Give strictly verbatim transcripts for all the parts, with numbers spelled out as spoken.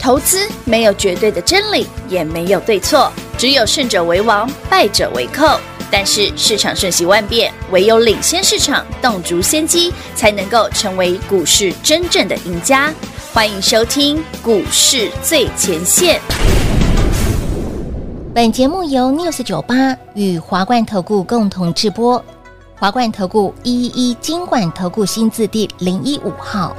投资没有绝对的真理，也没有对错，只有胜者为王，败者为寇。但是市场瞬息万变，唯有领先市场，洞烛先机，才能够成为股市真正的赢家。欢迎收听股市最前线。 本节目由 News 九八与华冠投顾共同制播，华冠投顾一一一金管投顾新字第零一五号。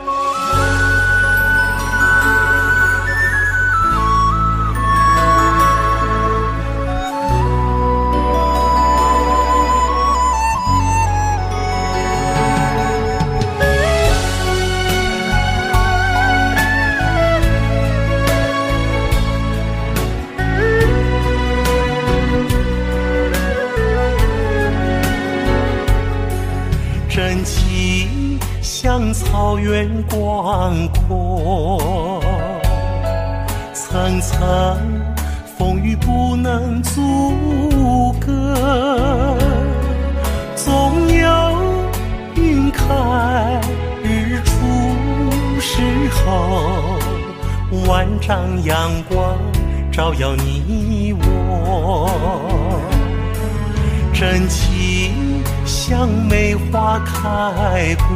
真情像草原广阔，层层风雨不能阻隔，总有云开日出时候，万丈阳光照耀你我。真情像梅花开过，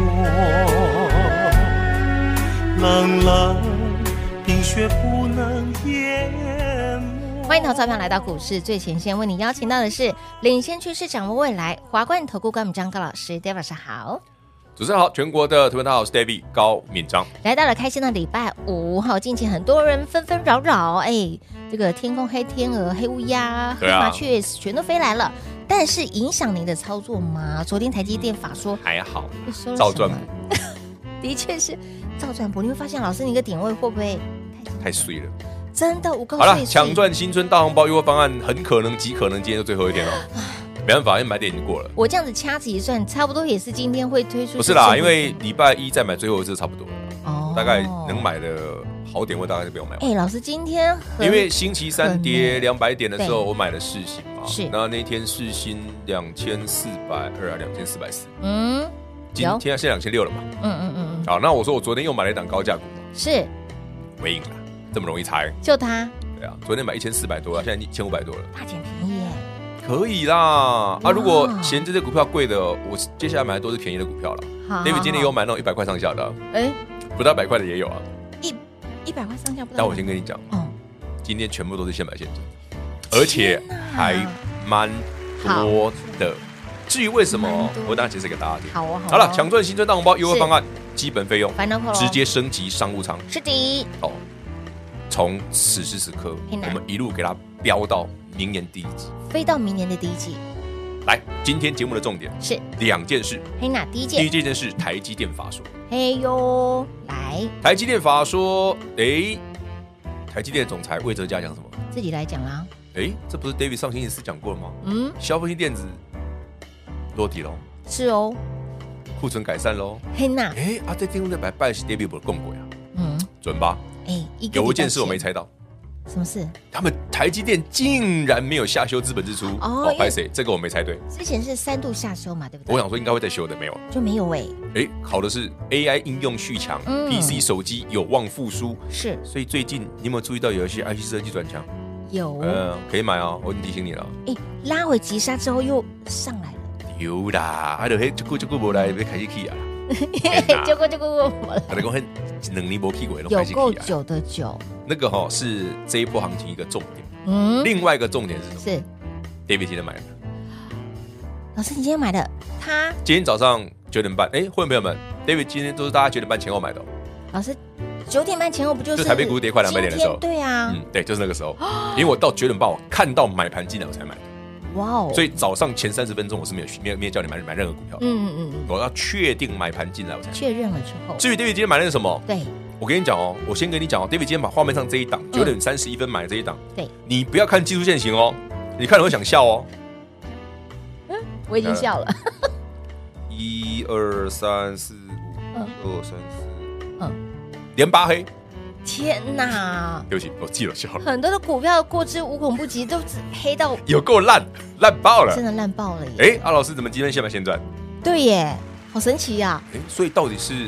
冷冷冰雪不能淹没。 欢迎投资朋友来到股市最前线，为你邀请到的是领先趋势、掌握未来华冠投顾高敏章高老师 ，David 晚上好。 主持人好，全国的投资大家好，我是 David 高敏章。 来到了开心的礼拜五，好，近期很多人纷纷扰扰，哎，这个天空黑天鹅、黑乌鸦、黑麻雀全都飞来了。但是影响您的操作吗？昨天台积电法说还好，照赚补， 的确是照赚补。你会发现，老师你个点位会不会太碎了？ 真的，我告诉你。好了，抢赚新春大红包优惠方案很可能极可能今天就最后一天了。没办法，因为买点已经过了。 我这样子掐指一算，差不多也是今天会推出。 不是啦，因为礼拜一再买最后一次差不多了。 哦， 大概能买的好点位大概是不用买。 哎、欸，老师今天因为星期三跌两百点的时候，我买了世新嘛， 是。 那那天世新两千四百二啊，两千四百四。 嗯， 今天现在两千六了嘛。 嗯嗯嗯嗯。 好，那我说我昨天又买了一档高价股嘛。 是。 微影啊，这么容易猜？ 就它。 对啊，昨天买一千四百多了，现在一千五百多了。 大捡便宜耶。 可以啦，啊，如果嫌这些股票贵的，我接下来买的都是便宜的股票了。David 今天有买那种一百块上下的、啊，哎、欸，不到百块的也有啊。 一一百块上下不到。 但我先跟你讲，哦，今天全部都是现买现赚，而且还蛮多的。至于为什么，我当然解释给大家听。 好哦， 好了，抢赚新春大红包优惠方案，基本费用直接升级商务舱。 是的。 哦，从此时此刻，我们一路给它飙到明年第一季， 飞到明年的第一季。 来，今天节目的重点是两件事。 嘿，哪第一件？ 第一件事台积电法说。 嘿哟，来， 台积电法说，哎，台积电总裁魏哲嘉讲什么？ 自己来讲啦。 哎，这不是 David 上星期四讲过了吗？ 嗯， 消费性电子落地喽。 是哦， 库存改善喽。 嘿呐， 哎，啊，这电路在摆拜是 David 不共轨啊。嗯，准吧？ 哎， 有一件事我没猜到。 什么事？ 他们台积电竟然没有下修资本支出哦，拍谁？这个我没猜对。 之前是三度下修嘛，对不对？ 我想说应该会再修的，没有， 就没有哎。 哎，考的是 A I 应用续强、嗯、，P C 手机有望复苏， 是。 所以最近你有没有注意到有一些 I C 设计转强？ 有， 呃，可以买哦，我已经提醒你了。 哎，拉回急杀之后又上来了。 有啦，还有嘿，这股这股无来，要开始起啊。 结果结果我了。 他讲很两年没起过， 有够久的久。 那个哈是这一波行情一个重点。嗯。另外一个重点是什么？ 是 David 今天买的。 老师，你今天买的？他今天早上九点半，哎，会员朋友们 ，David 今天都是大家九点半前后买的。 老师，九点半前后不就是？ 就台北股跌快两百点的时候。 对啊。 嗯，对，就是那个时候。因为我到九点半，我看到买盘进来我才买的。 哇哦！ 所以早上前三十分钟我是没有没有没有叫你买买任何股票。嗯嗯嗯。我要确定买盘进来我才确认了之后。 至于 David 今天买的是什么？ 对。 我跟你讲哦，我先跟你讲哦 ，David 今天把画面上这一档九点三十一分买的这一档， 对， 你不要看技术线型哦，你看了会想笑哦。 嗯，我已经笑了。 一二三四五，一二三四，嗯，连八黑。 天哪！ 对不起，我记了笑了。 很多的股票过之无孔不及，都黑到有够烂，烂爆了， 真的烂爆了耶！ 哎，阿老师怎么今天现买现赚？ 对耶，好神奇呀！ 哎，所以到底是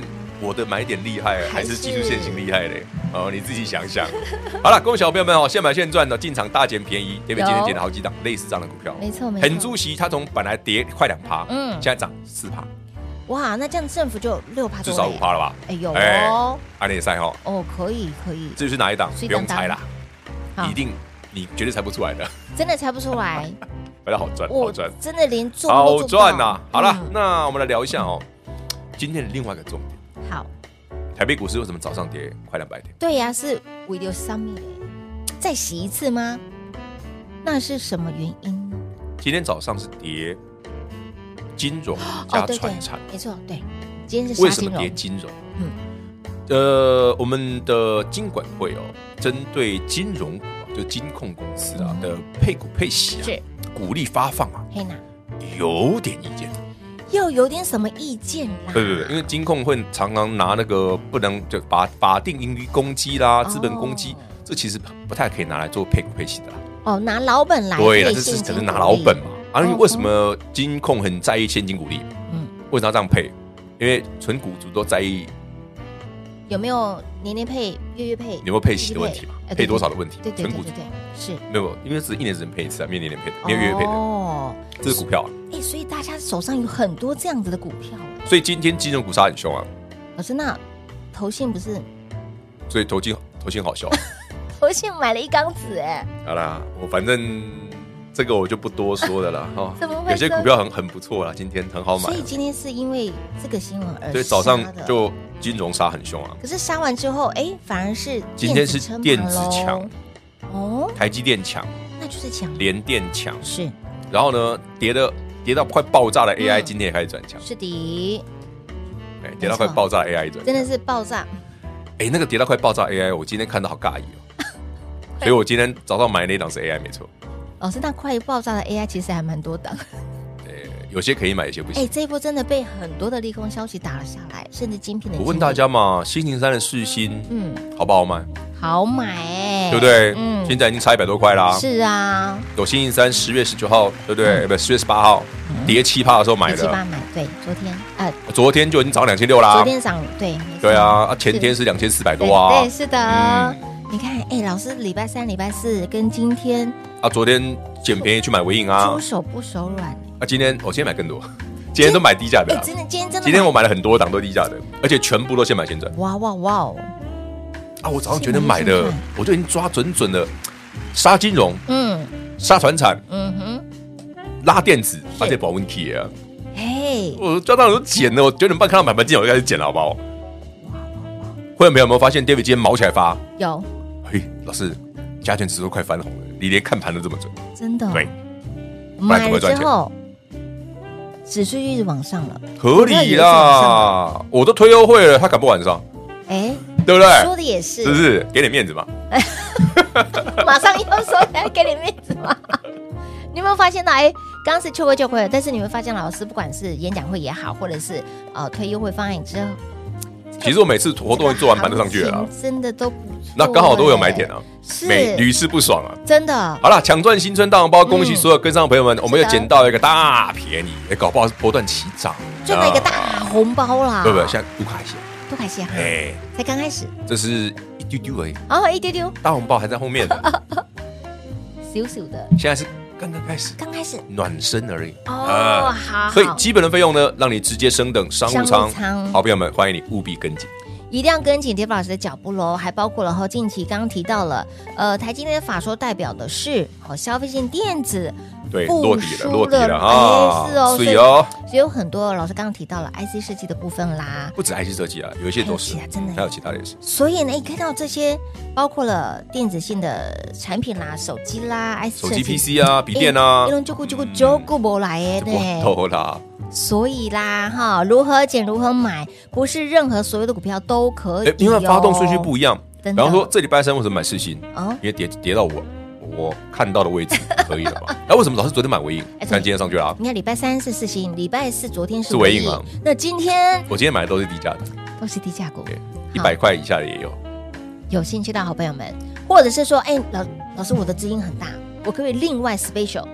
我的买点厉害还是技术线型厉害嘞？哦，你自己想想。好了，各位小朋友们哦，现买现赚的，进场大捡便宜，对不对？今天捡了好几档类似这样的股票， 没错没错。 很主席他从本来跌快两趴，嗯，现在涨四趴。 哇，那这样政府就六趴， 至少五趴了吧？ 哎有哦， 安利赛哈。 哦，可以可以。 至于是哪一档，不用猜啦，一定你绝对猜不出来的， 真的猜不出来。 反正好赚，好赚， 真的连做好赚呐！好了，那我们来聊一下哦，今天的另外一个重点。 好， 台北股市为什么早上跌快两百点？ 对呀，是为了什么？再洗一次吗？那是什么原因呢？ 今天早上是跌金融加传产， 没错，对，今天是为什么跌金融？嗯，呃，我们的金管会哦，针对金融股啊，就金控公司啊的配股配息啊，股利发放啊，有点意见。 又有点什么意见啦？ 对对对，因为金控会常常拿那个不能就法法定盈余公积啦、资本公积，这其实不太可以拿来做配股配息的啦。 哦，拿老本来对了，这是只是拿老本嘛。啊，为什么金控很在意现金股利？嗯，为什么要这样配？因为纯股族都在意有没有年年配、月月配， 有没有配息的问题嘛？配多少的问题？ 对对对对，是没有，因为是一年只能配一次啊，没有年年配的，没有月月配的。哦，这是股票啊。 哎，所以大家手上有很多这样子的股票。 所以今天金融股杀很凶啊。 老师，那投信不是？ 所以投信投信好笑。 投信买了一缸子哎。 好啦，我反正这个我就不多说的啦哈。有些股票很很不错啦，今天很好买。 所以今天是因为这个新闻而对，早上就金融杀很凶啊。 可是杀完之后，哎，反而是今天是电子强哦，台积电强， 那就是强， 联电强是。然后呢，跌的跌到快爆炸的 A I 今天也开始转强， 是的。 哎，跌到快爆炸的 A I 转， 真的是爆炸。 哎，那个跌到快爆炸 A I， 我今天看到好尬意哦。所以我今天早上买的那档是 A I 没错。 老师，那快爆炸的 A I 其实还蛮多档。 有些可以买，有些不行。 哎，这一波真的被很多的利空消息打了下来，甚至晶片的。 我问大家嘛，星期三的世芯，嗯，好不好买？ 好买哎， 对不对？嗯，现在已经差一百多块啦。 是啊， 有星期三十月十九号，对不对？不，十月十八号跌七趴的时候买的。 七八买，对，昨天啊， 昨天就已经涨两千六啦。 昨天涨，对， 对啊，前天是两千四百多啊。 对，是的。你看，哎，老师，礼拜三、礼拜四跟今天啊，昨天捡便宜去买微影啊， 出手不手软。 啊，今天我今天买更多。今天都买低价的， 真的，今天真的， 今天我买了很多档都低价的，而且全部都现买现赚。 哇哇哇哦！ 啊，我早上觉得买的，我就已经抓准准的，杀金融，嗯，杀传产，嗯哼，拉电子，而且保温器啊，哎，我抓到很多捡的，我九点半看到买盘进，我就开始捡了，好不好？哇哇哇！会员朋友有没有发现 David 今天毛起来发？ 有。 嘿，老师，加权指数快翻红了，你连看盘都这么准， 真的？ 对， 买了之后。指数一直往上了， 合理啦！我都推优惠了，他敢不往上？哎，对不对？ 说的也是， 是不是？给点面子嘛！ 马上又说来给点面子嘛！你有没有发现到？哎，刚刚是秋归就归了，但是你会发现，老师不管是演讲会也好，或者是呃推优惠方案之后， 其实我每次活动做完盘都上去了， 真的都不错， 那刚好都有买点啊， 是屡试不爽啊， 真的。 好了，抢赚新春大红包，恭喜所有跟上的朋友们，我们又捡到一个大便宜，哎，搞不好是波段起涨， 赚了一个大红包啦！ 不不，现在多卡一些， 多卡一些，哎，才刚开始， 这是一丢丢而已， 哦，一丢丢， 大红包还在后面的， 小小的， 现在是刚刚开始， 刚开始暖身而已哦，好， 所以基本的费用呢，让你直接升等商务舱，好朋友们，欢迎你务必跟紧。 一定要跟紧David老师的脚步喽，还包括了后近期刚刚提到了，呃，台积电的法说代表的是哦消费性电子， 对，落地了，落地了啊， 是哦， 所以哦， 所以有很多老师刚刚提到了 I C 设计的部分啦， 不止 I C 设计啊，有一些都是， 真的还有其他的也是。 所以呢，你看到这些包括了电子性的产品啦、手机啦、I C 手机 P C 啊、笔电啊， 一轮就顾就顾就顾不来耶，对， 多啦。 所以啦，哈，如何捡如何买，不是任何所有的股票都可以、哦， 因为发动顺序不一样。比方说这礼拜三为什么买世芯？哦，因为跌跌到我我看到的位置可以了嘛。那为什么老是昨天买微影？看今天上去了啊！ 你看礼拜三是世芯，礼拜四昨天是微影啊。 那今天我今天买的都是低价的， 都是低价股， 一百块以下的也有。 有兴趣的好朋友们，或者是说，哎，老老师，我的资金很大，我可以另外 special。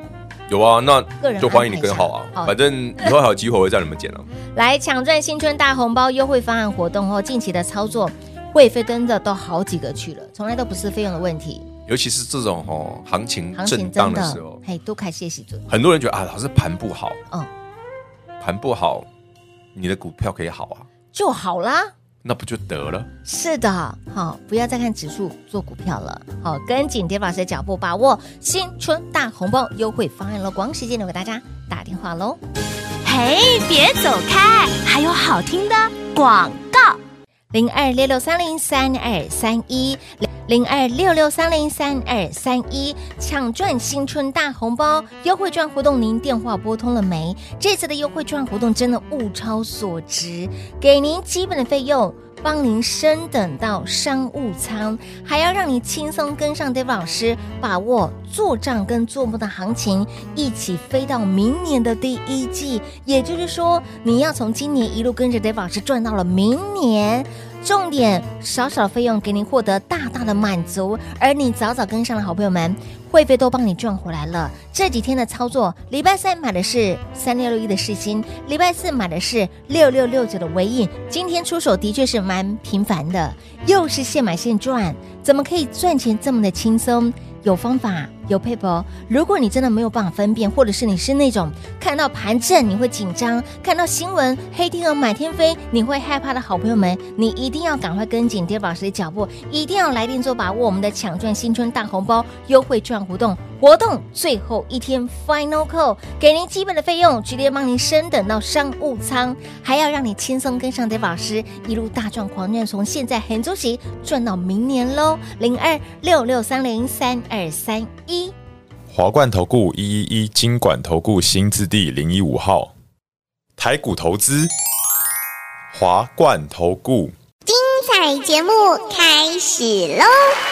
有啊，那就欢迎你跟好啊，反正以后还有机会会叫你们捡了。 来抢赚新春大红包优惠方案活动后，近期的操作会费真的都好几个去了，从来都不是费用的问题。 尤其是这种哦行情震荡的时候， 嘿，都开谢喜准。 很多人觉得啊，老师盘不好，嗯，盘不好，你的股票可以好啊， 就好啦。 那不就得了？ 是的，好，不要再看指数做股票了，好，跟紧David老师的脚步，把握新春大红包优惠方案了。广告时间留给大家打电话喽。 嘿，别走开，还有好听的广告。 零二六六三零三二三一，零二六六三零三二三一，抢赚新春大红包优惠券活动，您电话拨通了没？这次的优惠券活动真的物超所值，给您基本的费用，帮您升等到商务舱，还要让你轻松跟上 David 老师，把握做账跟做梦的行情，一起飞到明年的第一季。也就是说，你要从今年一路跟着 David 老师赚到了明年。重点，少少费用给您获得大大的满足，而你早早跟上的好朋友们，会费都帮你赚回来了。这几天的操作，礼拜三买的是三六六一的世新，礼拜四买的是六六六九的微印，今天出手的确是蛮频繁的，又是现买现赚，怎么可以赚钱这么的轻松？有方法，有配合。如果你真的没有办法分辨，或者是你是那种看到盘正你会紧张，看到新闻黑天鹅满天飞你会害怕的好朋友们，你一定要赶快跟紧David老师的脚步，一定要来电做把握我们的抢赚新春大红包优惠券活动。活动最后一天 Final Call， 给您基本的费用，直接帮您升等到商务舱，还要让你轻松跟上David老师一路大赚狂赚，从现在很周期赚到明年喽。零二六六三零三二三一， 华冠投顾一一一金管投顾新字第零一五号，台股投资，华冠投顾。 精彩节目开始喽！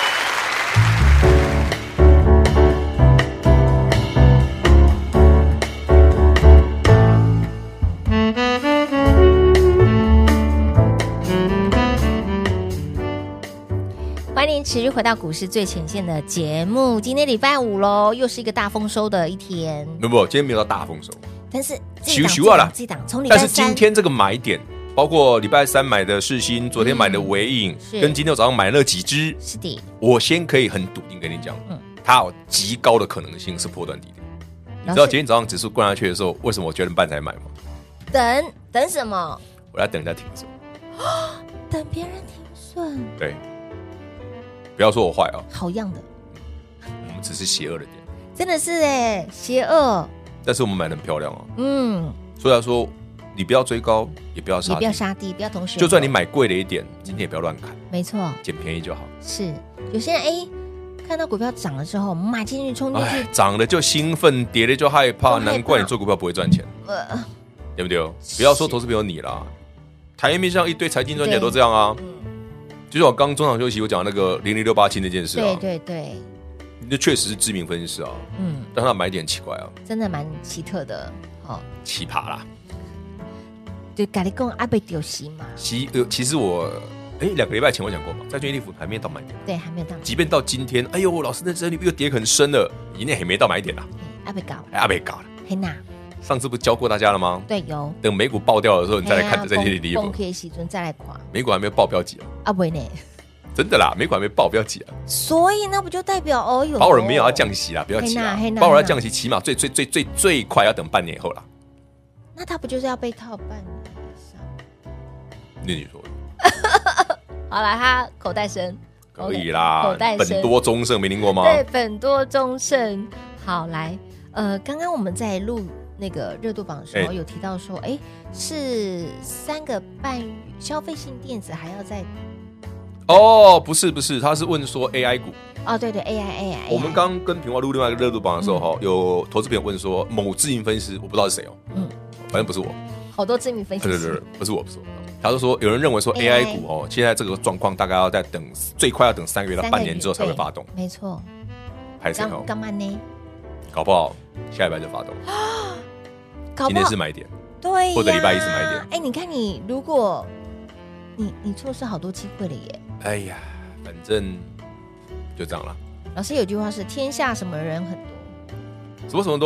欢迎持续回到股市最前线的节目。今天礼拜五喽，又是一个大丰收的一天。 不不，今天没有到大丰收， 但是咻咻啊啦， 这档从礼拜三， 但是今天这个买点，包括礼拜三买的世新，昨天买的微影，嗯、跟今天早上买的那几只， 是的， 我先可以很笃定跟你讲，嗯，它有极高的可能性是波段低点。你知道今天早上指数灌下去的时候，为什么我九点半才买吗？ 等等什么？ 我在等人家停损， 等别人停损。 对。不要说我坏啊， 好样的， 我们只是邪恶的点， 真的是哎，邪恶。 但是我们买得很漂亮啊， 嗯， 所以来说，你不要追高，也不要杀低， 也不要杀低，不要同时。 就算你买贵了一点，今天也不要乱砍， 没错， 捡便宜就好。 是，有些人哎，看到股票涨了之后，买进去冲进去， 涨了就兴奋，跌了就害怕，难怪你做股票不会赚钱，呃，对不对？不要说投资朋友你啦，台面上一堆财经专家都这样啊。就像我刚中场休息我讲那个零零六八七那件事啊， 对对对， 那确实是知名分析师啊，嗯，但他买点奇怪啊， 真的蛮奇特的，哦， 奇葩啦， 对，咖喱贡阿贝丢西嘛， 其呃，其实我哎两个礼拜前我讲过嘛，在最近利幅还没到买点， 对，还没有到， 即便到今天，哎呦，老师那这里又跌很深了，一年还没到买点啦， 阿贝高， 阿贝高了， 嘿娜。 上次不教过大家了吗？ 对，有。 等美股爆掉的时候，你再来看这些利率。 崩溃时阵再来看。 美股还没有爆标几啊？ 啊不会呢， 真的啦，美股还没爆标几啊？ 所以那不就代表哦有？ 鲍尔没有要降息啦，不要急啦。鲍尔要降息，起码最最最最最快要等半年以后啦。 那他不就是要被套半年以上？ 那你说的？ 好了，他口袋深可以啦。口袋深，本多中盛没听过吗？ 对，本多中盛。好，来，呃，刚刚我们在录。那个热度榜的时候有提到说，哎、欸，是三个半消费性电子还要再哦，不是不是，他是问说 A I 股哦，对对 A I A I。 我们刚跟平华录另外一个热度榜的时候，哈、嗯，有投资朋友问说某知名分析师，我不知道是谁哦，嗯，反正不是我， 好多知名分析师， 对对对，不是我，不是我。他就说有人认为说 A I 股哦，现在这个状况大概要在等最快要等三个月到半年之后才会发动， 没错。 还是哦， 干嘛呢？ 搞不好下礼拜就发动。今天是买点， 对， 或者礼拜一是买点。 哎，你看你，如果你你错失好多机会了耶。 哎呀，反正就这样了。 老师有句话是：天下什么人很多， 什么什么多？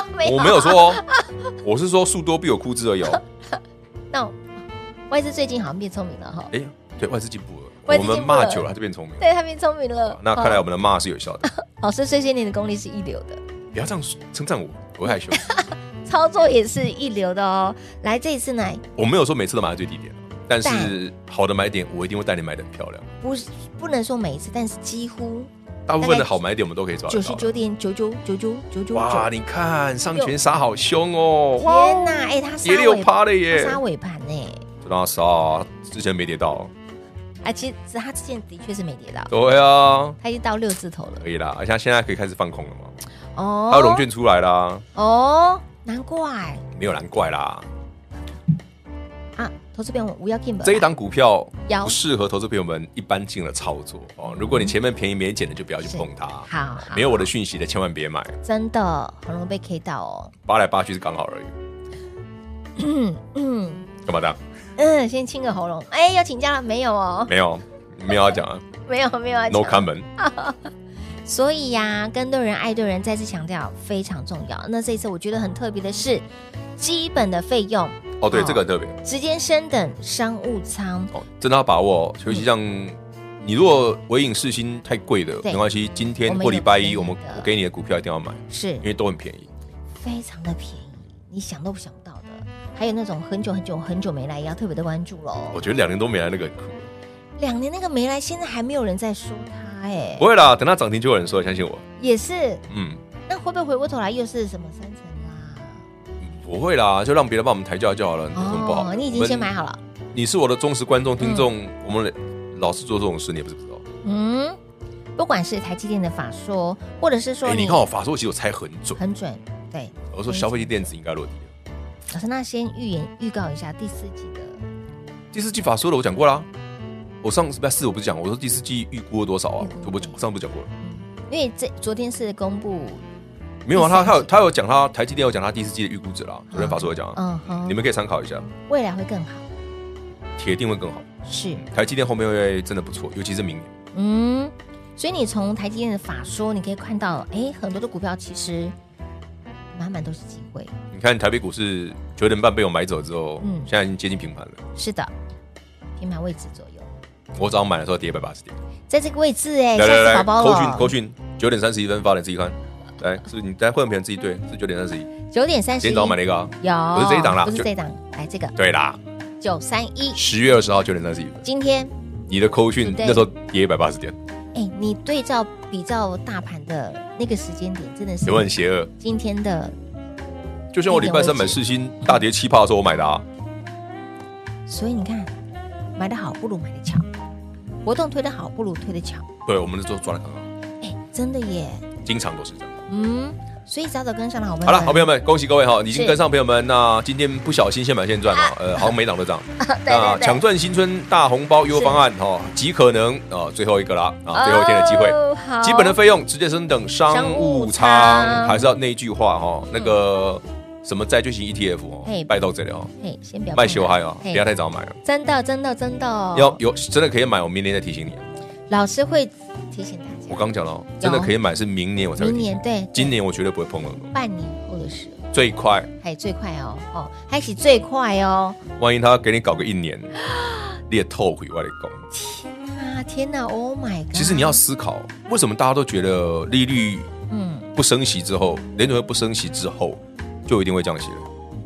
我没有说哦，我是说树多必有枯枝而已哦。 那外资最近好像变聪明了哈。 哎，对，外资进步了。 我们骂久了，他就变聪明了。 对，他变聪明了。 那看来我们的骂是有效的。 老师，碎碎念的功力是一流的。 不要这样称赞我，我会害羞。 操作也是一流的哦。来，这一次呢， 我没有说每次都买在最低点，但是好的买点我一定会带你买的很漂亮。 不是，不能说每一次，但是几乎大部分的好买点我们都可以抓到。 九十九点九九九九九九。 哇，你看上权杀好凶哦！ 天哪，哎，他跌六趴了耶， 杀尾盘呢？ 就让他杀，之前没跌到。 哎，其实他之前的确是没跌到。 对啊， 他已经到六字头了。 可以啦，而且现在可以开始放空了嘛。 哦， 还有融券出来啦。 哦，难怪。 没有难怪啦。 啊，投资朋友们不要进。 这一档股票不适合投资朋友们一般性的操作哦。如果你前面便宜没捡的，就不要去碰它。 好， 没有我的讯息的，千万别买。 真的很容易被 K 到哦。 扒来扒去是刚好而已。嗯嗯，干嘛的？ 嗯，先清个喉咙。哎，要请假了没有哦？ 没有，没有要讲啊。 没有，没有要讲。 No comment。 所以呀、啊，跟对人爱对人，再次强调非常重要。那这一次我觉得很特别的是，基本的费用哦，对，哦、这个很特别， 直接升等商务舱哦，真的要把握。尤其像、嗯、你如果微影世芯太贵的，没关系，今天或礼拜一我们我给你的股票一定要买， 是因为都很便宜， 非常的便宜，你想都不想到的。还有那种很久很久很久没来，也要特别的关注喽。 我觉得两年都没来那个很酷， 两年那个没来，现在还没有人在说他。 不会啦，等它涨停就有人说，相信我。 也是， 嗯， 那会不会回过头来又是什么三层啦？ 不会啦，就让别人帮我们抬价就好了，有什么不好？ 你已经先买好了。 你是我的忠实观众听众，嗯、我们老是做这种事，你也不是不知道。 嗯，不管是台积电的法说，或者是说你，你看我法说，其实我猜很准， 很准。对， 我说消费性电子应该落地了。 老师，那先预言预告一下第四季的。 第四季法说的我讲过啦。我上次不是我不是讲，我说第四季预估了多少啊？我不上次不讲过了， 因为这昨天是公布， 没有啊？他他有他有讲他台积电有讲他第四季的预估值啦，昨天法说有讲啊，嗯，你们可以参考一下， 未来会更好， 铁定会更好， 是台积电后面会真的不错，尤其是明年， 嗯，所以你从台积电的法说，你可以看到，哎，很多的股票其实满满都是机会。 你看台北股市九点半被我买走之后，嗯，现在已经接近平盘了， 是的，平盘位置左右。 我早上买的时候跌一百八十点， 在这个位置哎， 来来来， 宝宝扣讯扣讯，九点三十一分发的，自己看，来，是你在会员朋友自己对，是九点三十一， 九点三十一， 今天早上买了一个啊， 有， 不是这一档啦， 不是这一档，来这个， 对啦， 九三一， 十月二十号九点三十一分， 今天你的扣讯那时候跌一百八十点， 哎，你对照比照大盘的那个时间点，真的是有没有很邪恶？ 今天的， 就像我礼拜三买世芯大跌七趴的时候我买的啊， 所以你看，买的好不如买的巧。活动推得好，不如推得巧。 对，我们这都抓得很好。 哎，真的耶， 经常都是这样。 嗯，所以早早跟上了好朋友们。 好了，好朋友们，恭喜各位哈，已经跟上朋友们。那今天不小心现买现赚啊，呃，好像每档都涨。那抢赚新春大红包优惠方案哈，极可能啊，最后一个啦啊，最后一天的机会。基本的费用直接升等商务舱，还是要那句话哈，那个。什么债券型 E T F 哦，拜托这里哦， 嘿，先不要卖修嗨哦，不要太早买哦。 真的，真的，真的， 要有真的可以买，我明年再提醒你。 老师会提醒大家。 我刚讲了，真的可以买是明年我才会提醒。 明年对， 今年我绝对不会碰了。 半年后的事。 最快， 还最快哦，哦，还是最快哦。 万一他给你搞个一年，你也后悔我来讲。 天哪，天哪 ，Oh my god！ 其实你要思考，为什么大家都觉得利率嗯不升息之后，联准会不升息之后就一定会降息了？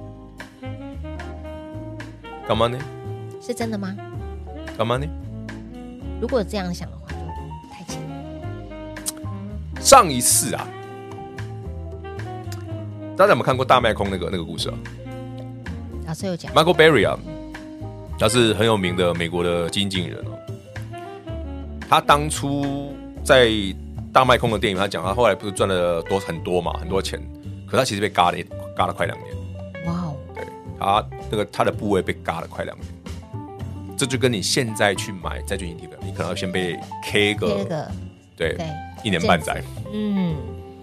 干嘛呢？ 是真的吗？ 干嘛呢？ 如果这样想的话，就太轻。 上一次啊，大家有没有看过大卖空那个那个故事啊？ 老师有讲 ，Michael Burry 啊，他是很有名的美国的基金经理人哦。他当初在大卖空的电影，他讲他后来不是赚了多很多嘛，很多钱，可他其实被嘎了嘎了快两年。哇哦！对，他那个他的部位被嘎了快两年。这就跟你现在去买债券 E T F， 你可能要先被 K 个，对，对一年半载。嗯，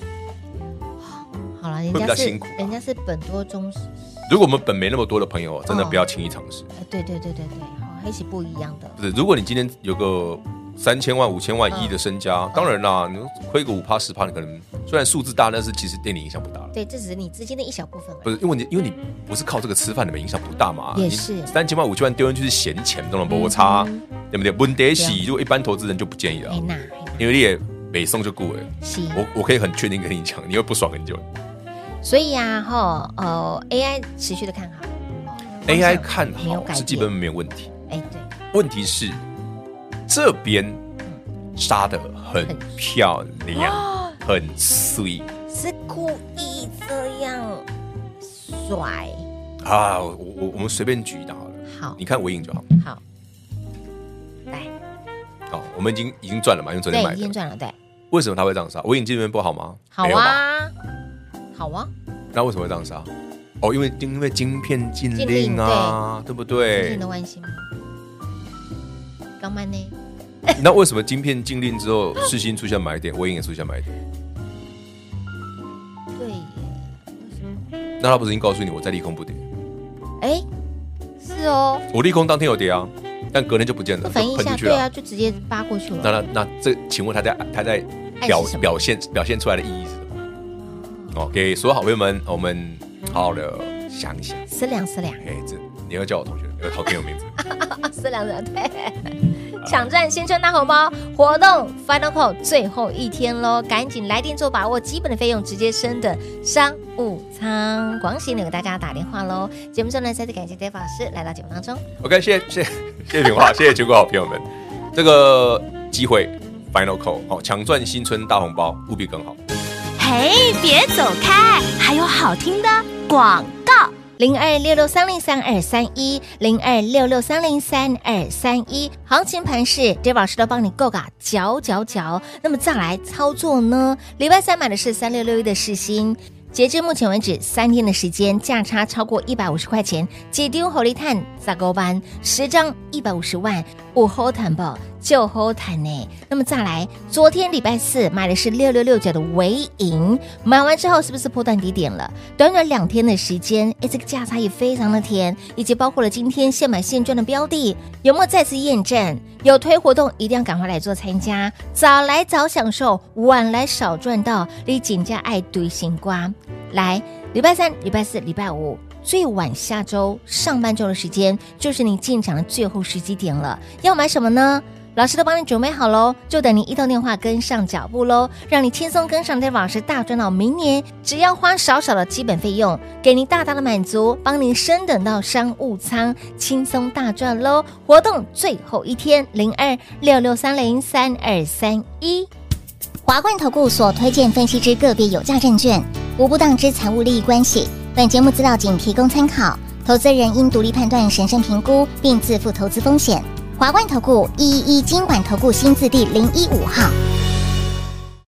好了，人家是人家是本多终始。 如果我们本没那么多的朋友，真的不要轻易尝试。 对对对对对，还是不一样的。 不是，如果你今天有个三千万、五千万、一亿的身家，嗯、当然啦，你亏个五趴、十趴，你可能虽然数字大，但是其实对你影响不大。 对，这只是你资金的一小部分。 不是，因为你因为你不是靠这个吃饭，你们影响不大嘛。 也是， 三千万、五千万丢进去是闲钱，当然不差，嗯、对不对？问题是，如果一般投资人就不建议了，因为你也北送就顾了。是，我我可以很确定跟你讲，你会不爽很久。 所以啊，哈，呃 ，A I 持续的看好 ，A I 看好是基本没有问题。哎，对，问题是这边杀得很漂亮，哦、很碎， 是故意这样甩啊！我我我们随便举一档好了，好，你看尾影就好。 好，来， 好，我们已经已经赚了嘛，因为昨天买的， 已经赚了，对。 为什么它会这样杀？尾影这边不好吗？ 好啊。好啊， 那为什么会这样杀？哦，因为因为晶片禁令啊， 对, 对不对？ 晶片的关系吗？刚慢呢？ 那为什么晶片禁令之后，世芯出现买点，微影也出现买点？ 对耶， 那他不是已经告诉你我在利空不跌？ 哎，是哦， 我利空当天有跌啊，但隔天就不见了， 反应一下，对啊，就直接扒过去了。 那那那这，请问他在他在表表现表现出来的意义是什么？哦，给所有好朋友们，我们好好的想一想， 思量思量。 哎，这你要叫我同学，有好听有名字。 思量的对，抢占新春大红包活动 Final Call 最后一天喽，赶紧来电做把握，基本的费用直接升的商务舱。广喜你给大家打电话喽。节目中呢，再次感谢 David 老师来到节目当中。 OK， 谢谢谢谢谢谢平华，谢谢全国好朋友们，这个机会 Final Call 哦，抢赚新春大红包，务必更好。 嘿，别走开，还有好听的广告。 零二六六三零三二三一，零二六六三零三二三一，行情盘势 ，David 老师都帮你够嘎搅搅搅。那么再来操作呢？礼拜三买的是三六六一的世芯，截至目前为止三天的时间，价差超过一百五十块钱，几丢火力碳砸勾班，十张一百五十万，五后谈不就后谈呢？那么再来，昨天礼拜四买的是六六六九的微影，买完之后是不是破断低点了？短短两天的时间，哎，这个价差也非常的甜，以及包括了今天现买现赚的标的，有没有再次验证？有推活动一定要赶快来做参加，早来早享受，晚来少赚到，你紧加爱堆新瓜。来，礼拜三、礼拜四、礼拜五，最晚下周上半周的时间，就是你进场的最后时机点了。要买什么呢？老师都帮你准备好喽，就等你一通电话跟上脚步喽，让你轻松跟上 David 老师大赚到明年。只要花少少的基本费用，给您大大的满足，帮您升等到商务舱，轻松大赚喽！活动最后一天，零二六六三零三二三一。 华冠投顾所推荐分析之个别有价证券，无不当之财务利益关系。本节目资料仅提供参考，投资人应独立判断、审慎评估，并自负投资风险。华冠投顾一一一金管投顾新字第零一五号。